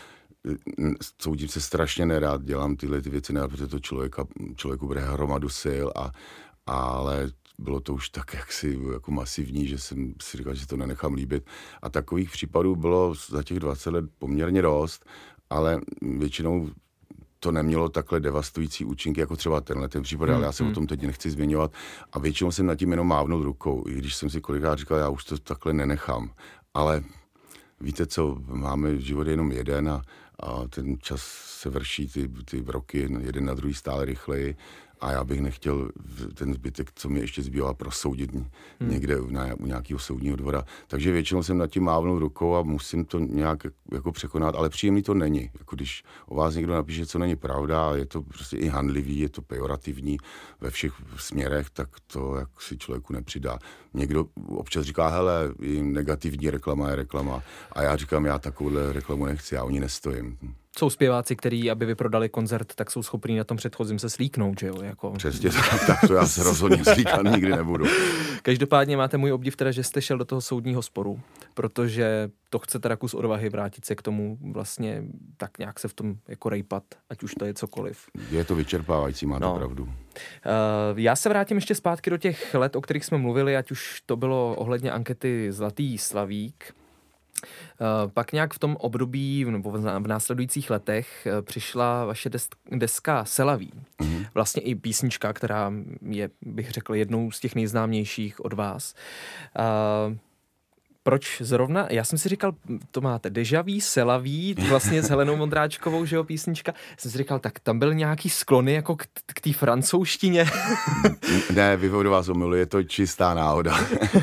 Soudím se strašně nerád, dělám tyhle ty věci nerád, protože to člověka, člověku bude hromadu sil, a, ale bylo to už tak jaksi jako masivní, že jsem si říkal, že to nenechám líbit. A takových případů bylo za těch dvacet let poměrně dost, ale většinou to nemělo takhle devastující účinky, jako třeba tenhle ten případ, hmm, ale já se hmm. o tom teď nechci zmiňovat. A většinou jsem nad tím jenom mávnul rukou, i když jsem si kolikrát říkal, já už to takhle nenechám. Ale víte co, máme život jenom jeden a, a ten čas se vrší, ty, ty roky jeden na druhý stále rychleji a já bych nechtěl ten zbytek, co mi ještě zbývá, prosoudit hmm. někde na, u nějakého soudního dvora. Takže většinou jsem nad tím mávnul rukou a musím to nějak jako překonat, ale příjemný to není. Jako když o vás někdo napíše, co není pravda, je to prostě i handlivý, je to pejorativní ve všech směrech, tak to jak si člověku nepřidá. Někdo občas říká, hele, i negativní reklama je reklama a já říkám, já takovouhle reklamu nechci, já o ní nestojím. Jsou zpěváci, kteří, aby vyprodali koncert, tak jsou schopní na tom předchozím se slíknout, že jo? Jako... Přesně tak, tak to já se rozhodně slíkat nikdy nebudu. Každopádně máte můj obdiv teda, že jste šel do toho soudního sporu, protože to chce teda kus odvahy vrátit se k tomu vlastně tak nějak se v tom jako rejpat, ať už to je cokoliv. Je to vyčerpávající, máte no. pravdu. Uh, já se vrátím ještě zpátky do těch let, o kterých jsme mluvili, ať už to bylo ohledně ankety Zlatý slavík. Uh, pak nějak v tom období, nebo v následujících letech uh, přišla vaše desk, deska Selaví. Mm-hmm. Vlastně i písnička, která je, bych řekl, jednou z těch nejznámějších od vás. Uh, proč zrovna? Já jsem si říkal, to máte Deja vu, Selaví, vlastně s Helenou Mondráčkovou, že jo, písnička. Já jsem si říkal, tak tam byl nějaký sklony jako k, k té francouzštině. Ne, vyvodu vás omylu, je to čistá náhoda.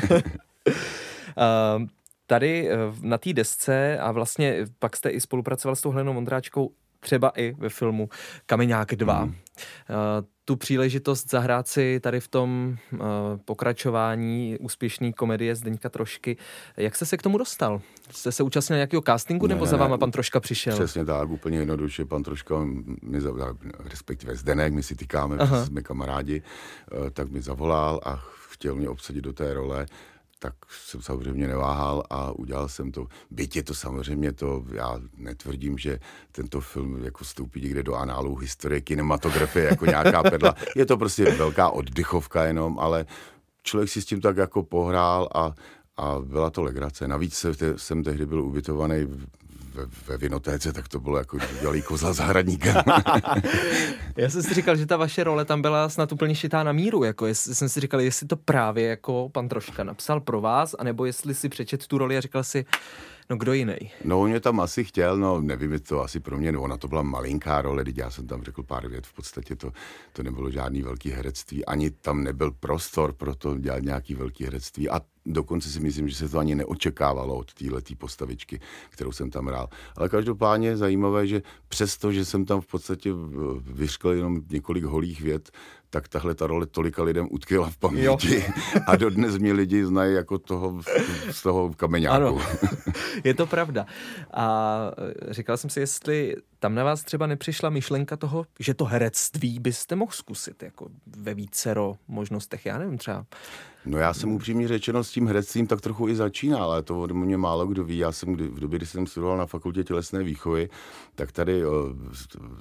uh, Tady na té desce a vlastně pak jste i spolupracoval s tou Helenou Mondráčkou třeba i ve filmu Kameňák dva. Mm. Uh, tu příležitost zahrát si tady v tom uh, pokračování úspěšné komedie Zdeňka Trošky. Jak jste se k tomu dostal? Jste se účastnil nějakého castingu ne, nebo ne, za váma pan Troška přišel? Přesně tak, úplně jednoduše. Pan Troška, mi zavolal, respektive Zdenek, my si tykáme, jsme kamarádi, uh, tak mi zavolal a chtěl mě obsadit do té role. Tak jsem samozřejmě neváhal a udělal jsem to. Byť je to samozřejmě to, já netvrdím, že tento film jako vstoupí někde do análu historie kinematografie jako nějaká perla. Je to prostě velká oddychovka jenom, ale člověk si s tím tak jako pohrál a, a byla to legrace. Navíc jsem tehdy byl ubytovaný ve, ve Vinotéce, tak to bylo jako dělý kozla zahradníkem. Já jsem si říkal, že ta vaše role tam byla snad úplně šitá na míru, jako jestli, jsem si říkal, jestli to právě jako pan Troška napsal pro vás, anebo jestli si přečet tu roli a říkal si, no kdo jiný? No on mě tam asi chtěl, no nevím, je to asi pro mě, no ona to byla malinká role, teď já jsem tam řekl pár vět, v podstatě to, to nebylo žádný velký herectví, ani tam nebyl prostor pro to dělat nějaký velký herectví a dokonce si myslím, že se to ani neočekávalo od téhletý postavičky, kterou jsem tam hrál. Ale každopádně je zajímavé, že přesto, že jsem tam v podstatě vyřkl jenom několik holých vět, tak tahle ta role tolika lidem utkvěla v paměti jo. A dodnes mě lidi znají jako toho, z toho Kameňáku. Ano, je to pravda. A říkal jsem si, jestli tam na vás třeba nepřišla myšlenka toho, že to herectví byste mohl zkusit jako ve vícero možnostech, já nevím třeba. No já jsem upřímně řečeno s tím herectvím tak trochu i začínal, ale to od mě málo kdo ví. Já jsem v době, kdy jsem studoval na fakultě tělesné výchovy, tak tady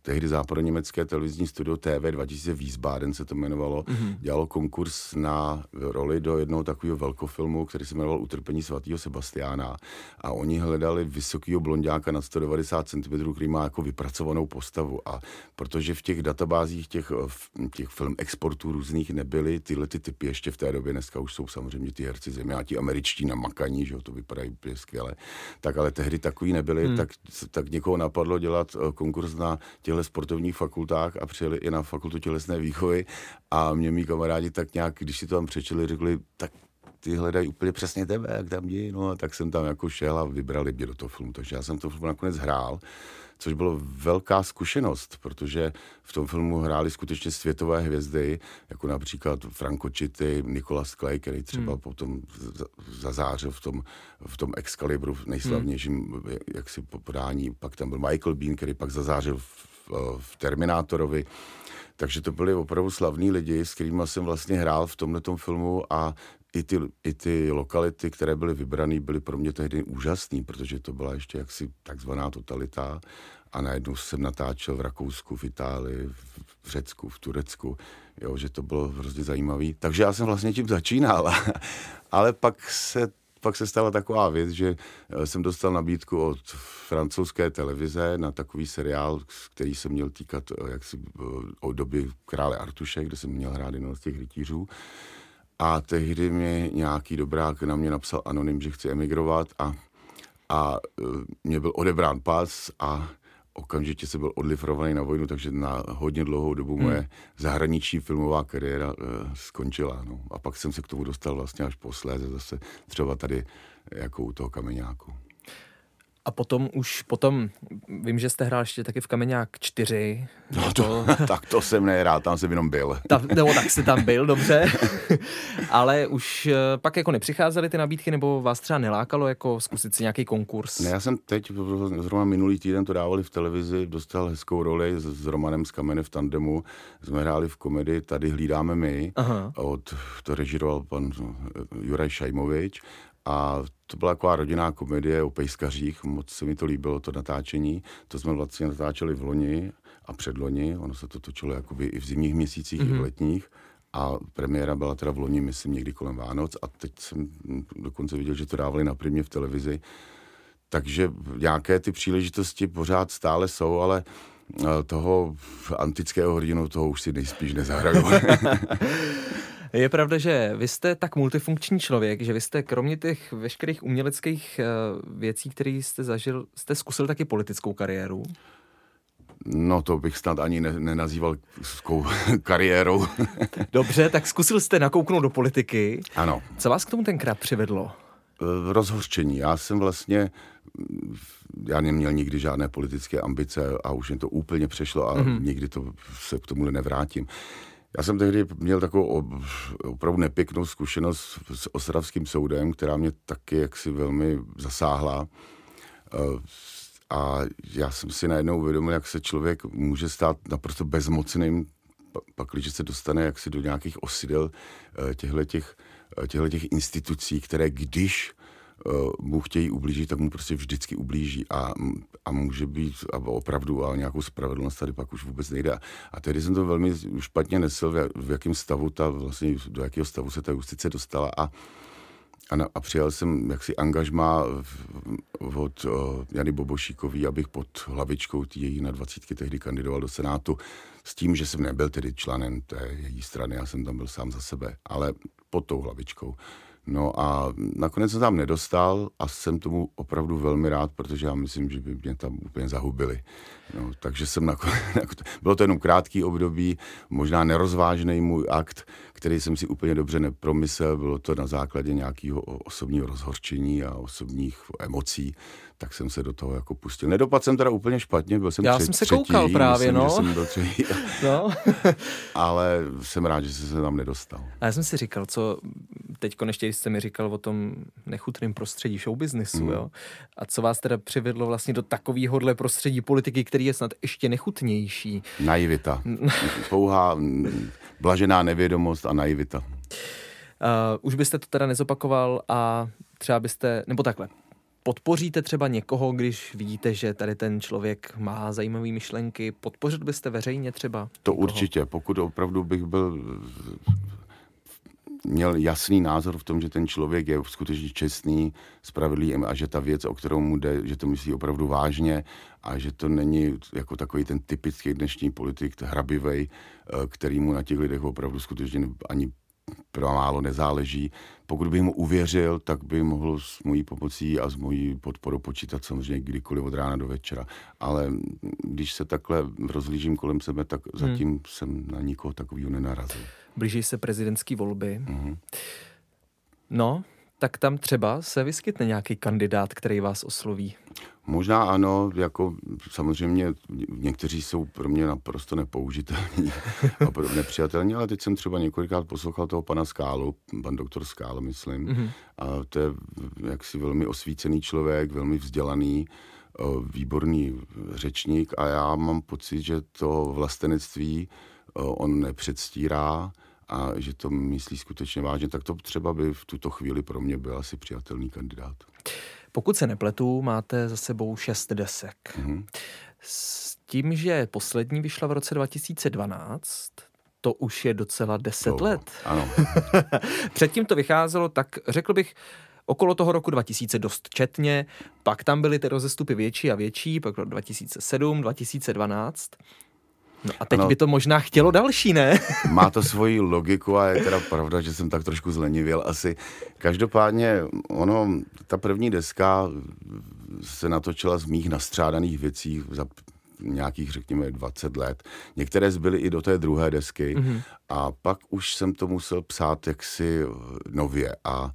tehdy západoněmecké televizní studio T V dva tisíce Wiesbaden se to jmenovalo, mm-hmm. dělalo konkurs na roli do jednoho takového velkofilmu, který se jmenoval Utrpení svatého Sebastiána. A oni hledali vysokýho blonďáka na sto devadesát centimetrů, který má jako vypracovanou postavu. A protože v těch databázích těch, těch film exportů různých nebyly tyhle ty typy ještě v té době, dneska už jsou samozřejmě ty herci země a ti američtí namakaní, že jo, to vypadají úplně skvěle. Tak ale tehdy takový nebyli, hmm. tak, tak někoho napadlo dělat konkurs na těchto sportovních fakultách a přijeli i na fakultu tělesné výchovy a mě mý kamarádi tak nějak, když si to tam přečeli, řekli, tak ty hledají úplně přesně tebe, jak tam dějí, no a tak jsem tam jako šel a vybrali mě do toho filmu, takže já jsem to filmu nakonec hrál, což bylo velká zkušenost, protože v tom filmu hráli skutečně světové hvězdy, jako například Franco Chitti, Nicolas Clay, který třeba hmm. potom zazářil v tom, v tom Excalibru nejslavnějším hmm. jaksi podání, pak tam byl Michael Biehn, který pak zazářil v, v Terminátorovi. Takže to byli opravdu slavní lidi, s kterými jsem vlastně hrál v tomhletom filmu a i ty, i ty lokality, které byly vybrané, byly pro mě tehdy úžasný, protože to byla ještě jaksi takzvaná totalita a najednou jsem natáčel v Rakousku, v Itálii, v Řecku, v Turecku, jo, že to bylo hrozně zajímavý. Takže já jsem vlastně tím začínal, ale pak se Pak se stala taková věc, že jsem dostal nabídku od francouzské televize na takový seriál, který se měl týkat jaksi o doby krále Artuše, kde jsem měl hrát jednoho z těch rytířů. A tehdy mi nějaký dobrák na mě napsal anonym, že chci emigrovat a, a mě byl odebrán pas a okamžitě se byl odlifrovaný na vojnu, takže na hodně dlouhou dobu moje hmm. zahraniční filmová kariéra uh, skončila. No. A pak jsem se k tomu dostal vlastně až posléze zase třeba tady jako u toho Kameňáku. A potom už potom, vím, že jste hrál ještě taky v Kameňák čtyři. No to, tak to jsem nehrál, tam jsem jenom byl. Ta, nebo tak jste tam byl, dobře. Ale už pak jako nepřicházely ty nabídky, nebo vás třeba nelákalo jako zkusit si nějaký konkurs? Ne, já jsem teď, zrovna minulý týden to dávali v televizi, dostal hezkou roli s, s Romanem z Kamene v tandemu. Jsme hráli v komedii Tady hlídáme my. Aha. Od, to režíroval pan Juraj Šajmovič. A to byla taková rodinná komedie o pejskařích, moc se mi to líbilo, to natáčení. To jsme vlastně natáčeli v loni a předloni, ono se to točilo jakoby i v zimních měsících, mm-hmm. i v letních. A premiéra byla teda v loni, myslím, někdy kolem Vánoc a teď jsem dokonce viděl, že to dávali na Primě v televizi. Takže nějaké ty příležitosti pořád stále jsou, ale toho antického hrdinu, toho už si nejspíš nezahraju. Je pravda, že vy jste tak multifunkční člověk, že vy jste kromě těch veškerých uměleckých věcí, které jste zažil, jste zkusil taky politickou kariéru? No to bych snad ani ne, nenazýval kariérou. Dobře, tak zkusil jste nakouknout do politiky. Ano. Co vás k tomu tenkrát přivedlo? Rozhořčení. Já jsem vlastně, já neměl nikdy žádné politické ambice a už jen to úplně přešlo a mm-hmm. nikdy to se k tomu nevrátím. Já jsem tehdy měl takovou opravdu nepěknou zkušenost s ostravským soudem, která mě taky jaksi velmi zasáhla. A já jsem si najednou uvědomil, jak se člověk může stát naprosto bezmocným, pak když se dostane jaksi do nějakých osidel těchto institucí, které když mu chtějí ublížit, tak mu prostě vždycky ublíží a, a může být a opravdu a nějakou spravedlnost tady pak už vůbec nejde. A tehdy jsem to velmi špatně nesl, v jakém stavu ta, vlastně do jakého stavu se ta justice dostala a, a, na, a přijal jsem jaksi angažmá od uh, Jany Bobošíkový, abych pod hlavičkou té její na dvacítky tehdy kandidoval do Senátu s tím, že jsem nebyl tedy členem té její strany, já jsem tam byl sám za sebe, ale pod tou hlavičkou. No a nakonec jsem tam nedostal a jsem tomu opravdu velmi rád, protože já myslím, že by mě tam úplně zahubili. No, takže jsem nakonec, bylo to jenom krátký období, možná nerozvážný můj akt, který jsem si úplně dobře nepromyslel, bylo to na základě nějakého osobního rozhorčení a osobních emocí, tak jsem se do toho jako pustil. Nedopadl jsem teda úplně špatně, byl jsem Já třetí, jsem se koukal třetí, právě, myslím, no. že jsem byl třetí, no. Ale jsem rád, že jsem se tam nedostal. A já jsem si říkal, co teďko ještě jste mi říkal o tom nechutném prostředí showbiznisu, mm. jo? A co vás teda přivedlo vlastně do takovéhohle prostředí politiky, který je snad ještě nechutnější? Naivita. Pouhá blažená nevědomost a naivita. Uh, už byste to teda nezopakoval a třeba byste, nebo takhle, podpoříte třeba někoho, když vidíte, že tady ten člověk má zajímavé myšlenky? Podpořil byste veřejně třeba? To někoho? Určitě, pokud opravdu bych byl měl jasný názor v tom, že ten člověk je skutečně čestný, spravedlivý a že ta věc, o kterou mu jde, že to myslí opravdu vážně a že to není jako takový ten typický dnešní politik, hrabivej, který mu na těch lidech opravdu skutečně ani pro málo nezáleží. Pokud bych mu uvěřil, tak by mohl s mojí pomocí a s mojí podporou počítat samozřejmě kdykoliv od rána do večera. Ale když se takhle rozlížím kolem sebe, tak zatím hmm. jsem na nikoho takového nenarazil. Blíží se prezidentské volby. Mm-hmm. No, tak tam třeba se vyskytne nějaký kandidát, který vás osloví. Možná ano, jako samozřejmě někteří jsou pro mě naprosto nepoužitelní a nepřijatelní, ale teď jsem třeba několikrát poslouchal toho pana Skálu, pan doktor Skála, myslím, mm-hmm. a to je jaksi velmi osvícený člověk, velmi vzdělaný, výborný řečník a já mám pocit, že to vlastenectví on nepředstírá a že to myslí skutečně vážně, tak to třeba by v tuto chvíli pro mě byl asi přijatelný kandidát. Pokud se nepletu, máte za sebou šest desek. Mm-hmm. S tím, že poslední vyšla v roce dva tisíce dvanáct, to už je docela deset Dlouho. let. Ano. Předtím to vycházelo, tak řekl bych, okolo toho roku dva tisíce dost četně, pak tam byly ty rozestupy větší a větší, pak dva tisíce sedm, dva tisíce dvanáct. No a teď ano, by to možná chtělo další, ne? Má to svoji logiku a je teda pravda, že jsem tak trošku zlenivěl asi. Každopádně ono, ta první deska se natočila z mých nastřádaných věcí za nějakých, řekněme, dvacet let. Některé zbyly i do té druhé desky mm-hmm. a pak už jsem to musel psát jaksi nově a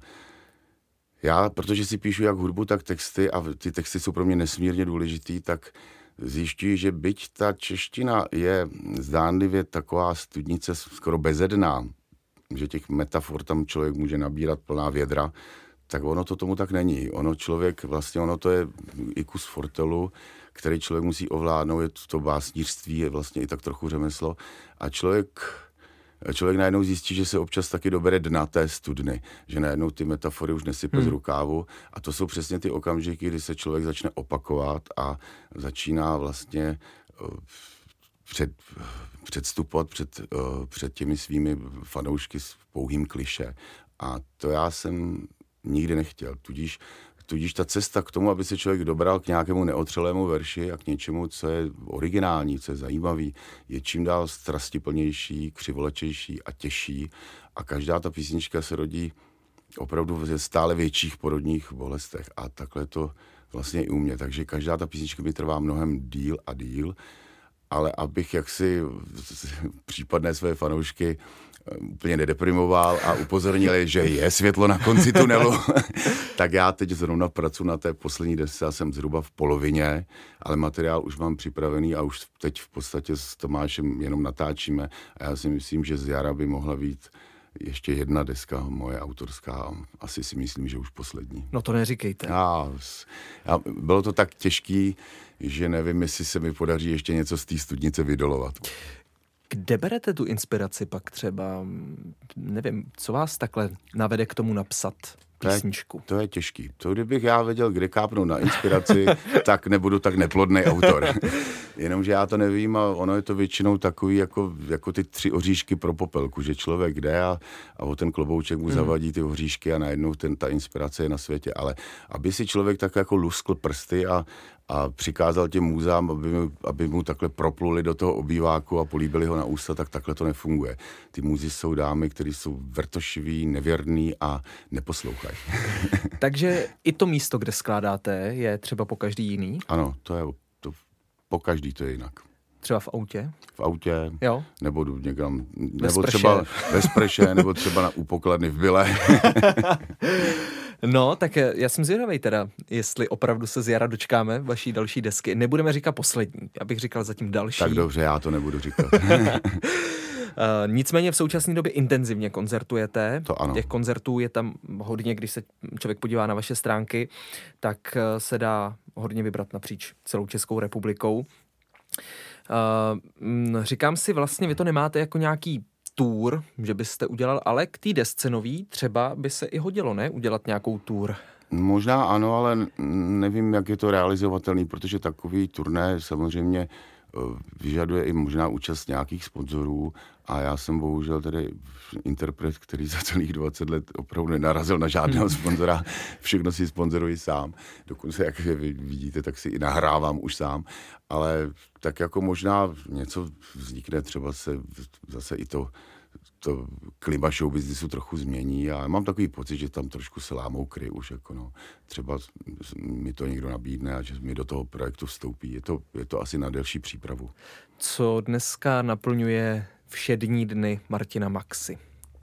já, protože si píšu jak hudbu, tak texty a ty texty jsou pro mě nesmírně důležitý, tak zjišťuji, že byť ta čeština je zdánlivě taková studnice skoro bezedná, že těch metafor tam člověk může nabírat plná vědra, tak ono to tomu tak není. Ono člověk, vlastně ono to je i kus fortelu, který člověk musí ovládnout, je to básnířství, je vlastně i tak trochu řemeslo a člověk... Člověk najednou zjistí, že se občas taky dobere dna té studny, že najednou ty metafory už nesype hmm. z rukávu a to jsou přesně ty okamžiky, kdy se člověk začne opakovat a začíná vlastně uh, před, předstupovat před, uh, před těmi svými fanoušky s pouhým klišé. A to já jsem nikdy nechtěl, tudíž Tudíž ta cesta k tomu, aby se člověk dobral k nějakému neotřelému verši a k něčemu, co je originální, co je zajímavý, je čím dál strastiplnější, křivolečejší a těžší. A každá ta písnička se rodí opravdu v stále větších porodních bolestech. A takhle to vlastně i u mě. Takže každá ta písnička mi trvá mnohem díl a díl. Ale abych jaksi případné své fanoušky úplně nedeprimoval a upozornil je, že je světlo na konci tunelu, tak já teď zrovna pracuji na té poslední desce a jsem zhruba v polovině, ale materiál už mám připravený a už teď v podstatě s Tomášem jenom natáčíme a já si myslím, že z jara by mohla být ještě jedna deska moje autorská, asi si myslím, že už poslední. No to neříkejte. Já, já, bylo to tak těžký, že nevím, jestli se mi podaří ještě něco z té studnice vydolovat. Kde berete tu inspiraci pak třeba, nevím, co vás takhle navede k tomu napsat písničku? To je, to je těžký. To kdybych já věděl, kde kápnout na inspiraci, tak nebudu tak neplodný autor. Jenomže já to nevím a ono je to většinou takový jako, jako ty tři oříšky pro popelku, že člověk jde a, a o ten klobouček mu mm. zavadí ty oříšky a najednou ten, ta inspirace je na světě. Ale aby si člověk tak jako luskl prsty a, a přikázal těm můzám, aby mu, aby mu takhle propluli do toho obýváku a políbili ho na ústa, tak takhle to nefunguje. Ty můzy jsou dámy, které jsou vrtošivý, nevěrný a neposlouchají. Takže i to místo, kde skládáte, je třeba po každý jiný? Ano, to je to, po každý to je jinak. Třeba v autě? V autě, jo? Nebo někam, nebo třeba ve sprše, nebo třeba na, u pokladny v byle. No, tak já jsem zvědavej teda, jestli opravdu se z jara dočkáme vaší další desky. Nebudeme říkat poslední, abych říkal zatím další. Tak dobře, já to nebudu říkat. Uh, nicméně v současné době intenzivně koncertujete. To ano. Těch koncertů je tam hodně, když se člověk podívá na vaše stránky, tak uh, se dá hodně vybrat napříč celou Českou republikou. Uh, říkám si vlastně, vy to nemáte jako nějaký tour, že byste udělal, ale k té desce nový třeba by se i hodilo, ne? Udělat nějakou tour. Možná ano, ale nevím, jak je to realizovatelný, protože takový turné samozřejmě vyžaduje i možná účast nějakých sponzorů a já jsem bohužel tedy interpret, který za celých dvacet let opravdu nenarazil na žádného sponzora. Všechno si sponzoruji sám. Dokonce, jak vy vidíte, tak si i nahrávám už sám. Ale tak jako možná něco vznikne, třeba se zase i to to klima show businessu trochu změní a mám takový pocit, že tam trošku se lámou kry už, jako no, třeba mi to někdo nabídne a že mi do toho projektu vstoupí. Je to, je to asi na delší přípravu. Co dneska naplňuje všední dny Martina Maxy?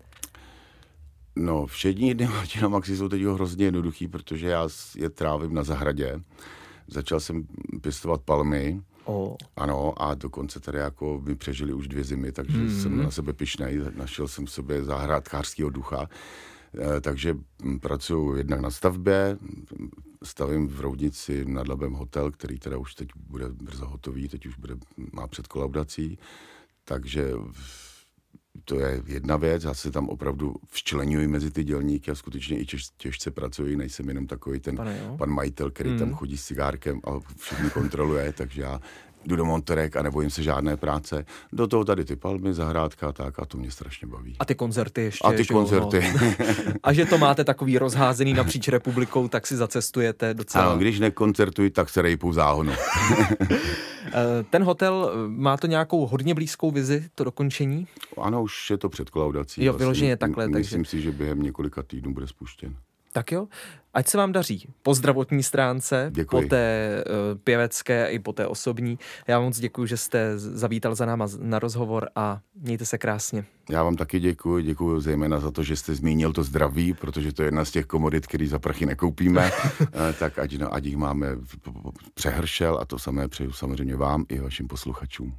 No, všední dny Martina Maxy jsou teď hrozně jednoduchý, protože já je trávím na zahradě. Začal jsem pěstovat palmy. Oh. Ano, a dokonce tady jako my přežili už dvě zimy, takže mm. jsem na sebe pyšnej, našel jsem v sobě zahrádkářského ducha, e, takže pracuji jednak na stavbě, stavím v Roudnici nad Labem hotel, který teda už teď bude brzo hotový, teď už bude, má před kolaudací, takže to je jedna věc, já se tam opravdu včleňuji mezi ty dělníky a skutečně i těž, těžce pracuji, nejsem jenom takový ten Pane, pan majitel, který mm. tam chodí s cigárkem a všechny kontroluje, takže já jdu do monterek a nebojím se žádné práce. Do toho tady ty palmy, zahrádka tak a to mě strašně baví. A ty koncerty ještě. A ty koncerty. A že to máte takový rozházený napříč republikou, tak si zacestujete docela. Ano, když nekoncertuji, tak se rejpu v záhonu. Ten hotel, má to nějakou hodně blízkou vizi, to dokončení? Ano, už je to před kolaudací. Jo, vyloženě takhle. Myslím takže... si, že během několika týdnů bude spuštěn. Tak jo, ať se vám daří po zdravotní stránce, děkuji. Po té uh, pěvecké i po té osobní. Já moc děkuji, že jste zavítal za náma na rozhovor a mějte se krásně. Já vám taky děkuji, děkuji zejména za to, že jste zmínil to zdraví, protože to je jedna z těch komodit, který za prachy nekoupíme, tak ať, no, ať jich máme přehršel a to samé přeju samozřejmě vám i vašim posluchačům.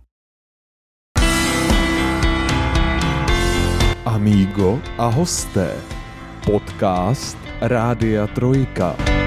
Amigo a hosté. Podcast Rádia Trojka.